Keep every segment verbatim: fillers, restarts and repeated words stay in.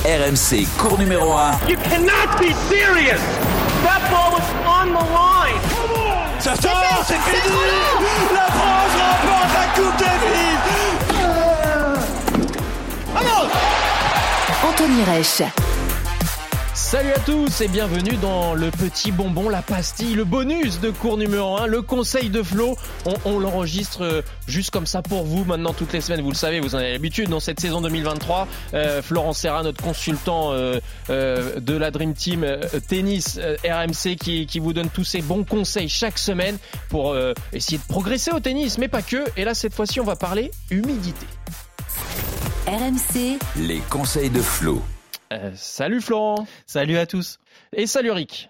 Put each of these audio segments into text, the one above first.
R M C, cours numéro un. You cannot be serious. That ball was on the line. Ça sort, c'est fini. La France remporte la Coupe Davis. Vamos. Anthony Reich. Salut à tous et bienvenue dans le petit bonbon, la pastille, le bonus de cours numéro un, le conseil de Flo. On, on l'enregistre juste comme ça pour vous maintenant toutes les semaines, vous le savez, vous en avez l'habitude dans cette saison deux mille vingt-trois. Euh, Florent Serra, notre consultant euh, euh, de la Dream Team euh, Tennis euh, R M C qui, qui vous donne tous ces bons conseils chaque semaine pour euh, essayer de progresser au tennis, mais pas que. Et là cette fois-ci on va parler humidité. R M C, les conseils de Flo. Euh, salut Florent. Salut à tous. Et salut Rick.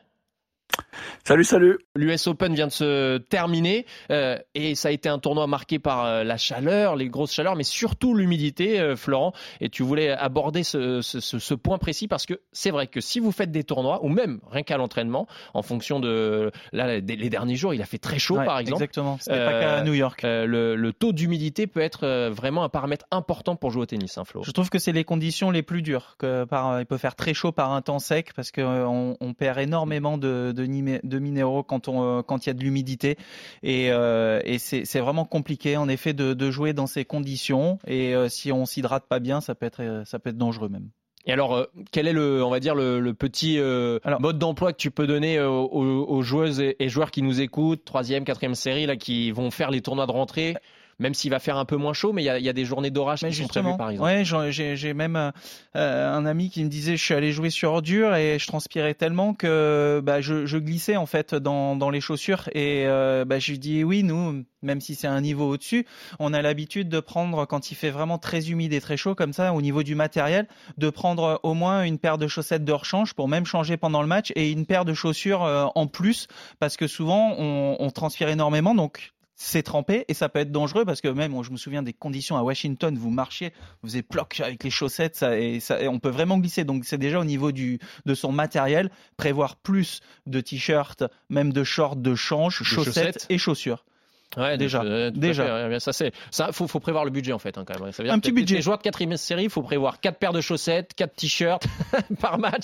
Salut, salut. L'U S Open vient de se terminer euh, et ça a été un tournoi marqué par euh, la chaleur, les grosses chaleurs, mais surtout l'humidité, euh, Florent. Et tu voulais aborder ce, ce, ce point précis parce que c'est vrai que si vous faites des tournois, ou même rien qu'à l'entraînement, en fonction de là, les derniers jours, il a fait très chaud ouais, par exemple. Exactement, c'était euh, pas qu'à New York. Euh, le, le taux d'humidité peut être euh, vraiment un paramètre important pour jouer au tennis, hein, Flo. Je trouve que c'est les conditions les plus dures. Que par, il peut faire très chaud par un temps sec parce qu'on euh, on perd énormément de, de, de minéraux quand on quand il y a de l'humidité et, euh, et c'est, c'est vraiment compliqué en effet de, de jouer dans ces conditions et euh, si on s'hydrate pas bien ça peut être ça peut être dangereux même. Et alors, euh, quel est le, on va dire le, le petit euh, alors, mode d'emploi que tu peux donner euh, aux, aux joueuses et, et joueurs qui nous écoutent, troisième, quatrième série là, qui vont faire les tournois de rentrée? Même s'il va faire un peu moins chaud, mais il y a, il y a des journées d'orage qui sont prévues, par exemple. Ouais, j'ai, j'ai même euh, un ami qui me disait je suis allé jouer sur dur et je transpirais tellement que bah, je, je glissais en fait dans, dans les chaussures et euh, bah, je lui dis oui, nous, même si c'est un niveau au-dessus, on a l'habitude de prendre quand il fait vraiment très humide et très chaud comme ça au niveau du matériel, de prendre au moins une paire de chaussettes de rechange pour même changer pendant le match et une paire de chaussures euh, en plus parce que souvent on, on transpire énormément donc c'est trempé et ça peut être dangereux parce que même, je me souviens des conditions à Washington, vous marchiez, vous faisiez ploc avec les chaussettes ça, et, ça, et on peut vraiment glisser. Donc c'est déjà au niveau du, de son matériel, prévoir plus de t-shirts, même de shorts, de change, chaussettes, chaussettes et chaussures. Ouais, déjà, euh, déjà. Fait, ça c'est, ça faut, faut prévoir le budget en fait hein, quand même. Ça veut dire un petit budget. Les joueurs de quatrième série, il faut prévoir quatre paires de chaussettes, quatre t-shirts par match.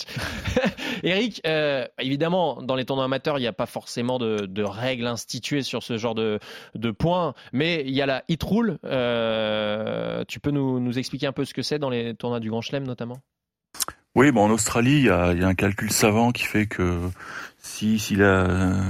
Eric, euh, évidemment, dans les tournois amateurs, il n'y a pas forcément de, de règles instituées sur ce genre de, de points, mais il y a la hit rule. Euh, tu peux nous, nous expliquer un peu ce que c'est dans les tournois du Grand Chelem notamment? Oui, bon, en Australie, il y a, il y a un calcul savant qui fait que si, si la,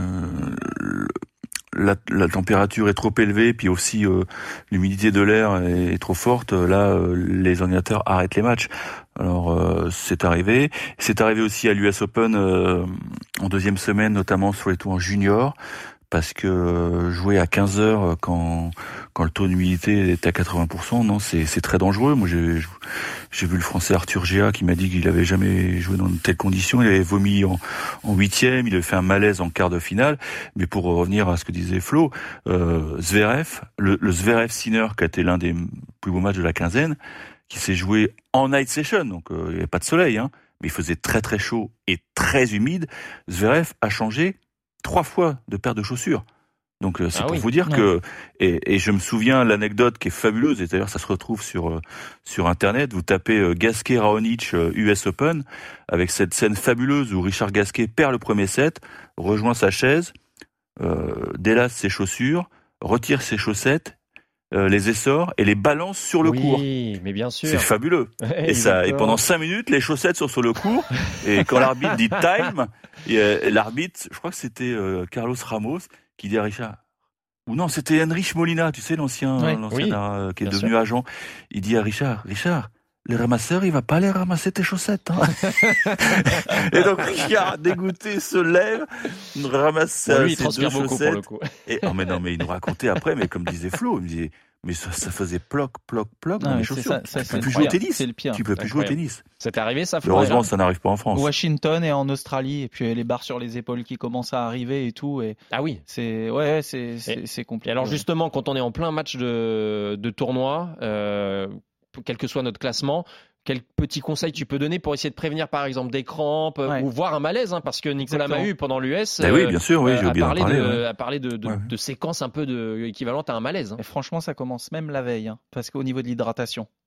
euh, La, la température est trop élevée, puis aussi euh, l'humidité de l'air est, est trop forte, là, euh, les ordinateurs arrêtent les matchs. Alors, euh, c'est arrivé. C'est arrivé aussi à l'U S Open euh, en deuxième semaine, notamment sur les tours juniors, parce que euh, jouer à quinze heures quand quand le taux d'humidité est à quatre-vingts pour cent, non, c'est c'est très dangereux. Moi, j'ai j'ai vu le Français Arthur Géa qui m'a dit qu'il avait jamais joué dans de telles conditions. Il avait vomi en en huitième, il avait fait un malaise en quart de finale. Mais pour revenir à ce que disait Flo, euh, Zverev, le, le Zverev Sinner qui a été l'un des plus beaux matchs de la quinzaine, qui s'est joué en night session, donc euh, il n'y avait pas de soleil, hein, mais il faisait très très chaud et très humide. Zverev a changé trois fois de paire de chaussures. Donc c'est ah pour oui. vous dire ouais. que et, et je me souviens l'anecdote qui est fabuleuse et d'ailleurs ça se retrouve sur euh, sur internet. Vous tapez euh, Gasquet Raonic euh, U S Open avec cette scène fabuleuse où Richard Gasquet perd le premier set, rejoint sa chaise, euh, délace ses chaussures, retire ses chaussettes. Euh, les essors et les balance sur le oui, court. Oui, mais bien sûr. C'est fabuleux. et ça, et pendant cinq minutes, les chaussettes sont sur le court. Et quand l'arbitre dit time, et, euh, l'arbitre, je crois que c'était euh, Carlos Ramos qui dit à Richard, ou non, c'était Heinrich Molina, tu sais, l'ancien, oui, l'ancien oui, euh, qui est devenu sûr. agent. Il dit à Richard, Richard, les ramasseurs, il va pas aller ramasser tes chaussettes. Hein. Et donc Richard, dégoûté, se lève, ramasse bon, lui, ses il transpire deux beaucoup chaussettes. pour le coup. Et oh mais non, mais il nous racontait après, mais comme disait Flo, il me disait, mais ça, ça faisait ploc, ploc, ploc dans les chaussures. Ça, ça, tu peux plus jouer au tennis. C'est le pire. Tu peux plus jouer au tennis. C'est arrivé ça. Heureusement, ça n'arrive pas en France. Washington et en Australie, et puis les barres sur les épaules qui commencent à arriver et tout. Et ah oui. C'est ouais, c'est c'est, c'est compliqué. Et alors justement, quand on est en plein match de de tournoi, euh, quel que soit notre classement. Quels petits conseils tu peux donner pour essayer de prévenir par exemple des crampes ouais. ou voire un malaise hein, parce que Nicolas Exactement. Mahut pendant l'U S euh, oui, bien sûr, oui, euh, j'ai a, oublié parlé parler, de, ouais. a parlé de, de, ouais. de séquences un peu de, équivalentes à un malaise. Hein. Et franchement, ça commence même la veille hein, parce qu'au niveau de l'hydratation.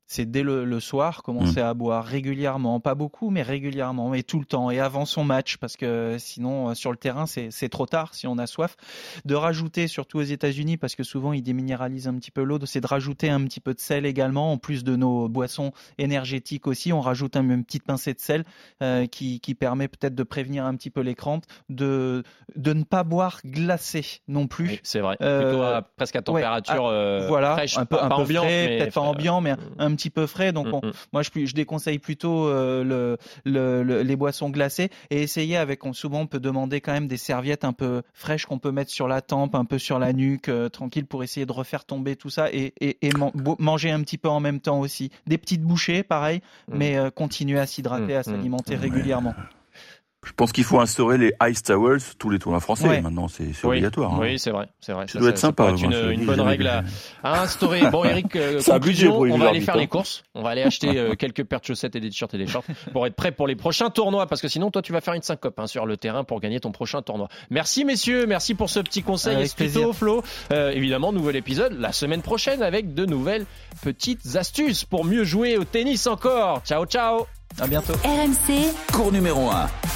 c'est dès le, le soir, commencer mmh. à boire régulièrement, pas beaucoup, mais régulièrement, mais tout le temps, et avant son match, parce que sinon, sur le terrain, c'est, c'est trop tard si on a soif. De rajouter, surtout aux États-Unis, parce que souvent, ils déminéralisent un petit peu l'eau, c'est de rajouter un petit peu de sel également, en plus de nos boissons énergétiques aussi, on rajoute un, une petite pincée de sel euh, qui, qui permet peut-être de prévenir un petit peu les crampes, de, de ne pas boire glacé non plus. Oui, c'est vrai, euh, plutôt à, presque à température ouais, à, euh, voilà, fraîche, un peu, pas, un pas peu ambiante, frais, mais peut-être pas ambiant, mais un, un petit peu frais. Donc, on, mm-hmm. moi, je, je déconseille plutôt euh, le, le, le, les boissons glacées et essayer avec. On, souvent, on peut demander quand même des serviettes un peu fraîches qu'on peut mettre sur la tempe, un peu sur la nuque, euh, tranquille, pour essayer de refaire tomber tout ça et, et, et man, manger un petit peu en même temps aussi. Des petites bouchées, pareil, mm. mais euh, continuer à s'hydrater, mm. à s'alimenter mm. régulièrement. Je pense qu'il faut instaurer les ice towels tous les tournois français. Ouais. Maintenant, c'est, c'est oui. obligatoire. Hein. Oui, c'est vrai, c'est vrai. Ça, ça doit ça, être ça sympa. Ça peut être une, une bonne règle à, à instaurer. Bon, Eric, euh, conclusion, on va aller faire les courses. On va aller acheter euh, quelques paires de chaussettes et des t-shirts et des shorts pour être prêt pour les prochains tournois. Parce que sinon, toi, tu vas faire une syncope hein, sur le terrain pour gagner ton prochain tournoi. Merci, messieurs. Merci pour ce petit conseil. Avec Tuto, Flo. Euh, évidemment, nouvel épisode la semaine prochaine avec de nouvelles petites astuces pour mieux jouer au tennis encore. Ciao, ciao. À bientôt. R M C. Cours numéro un.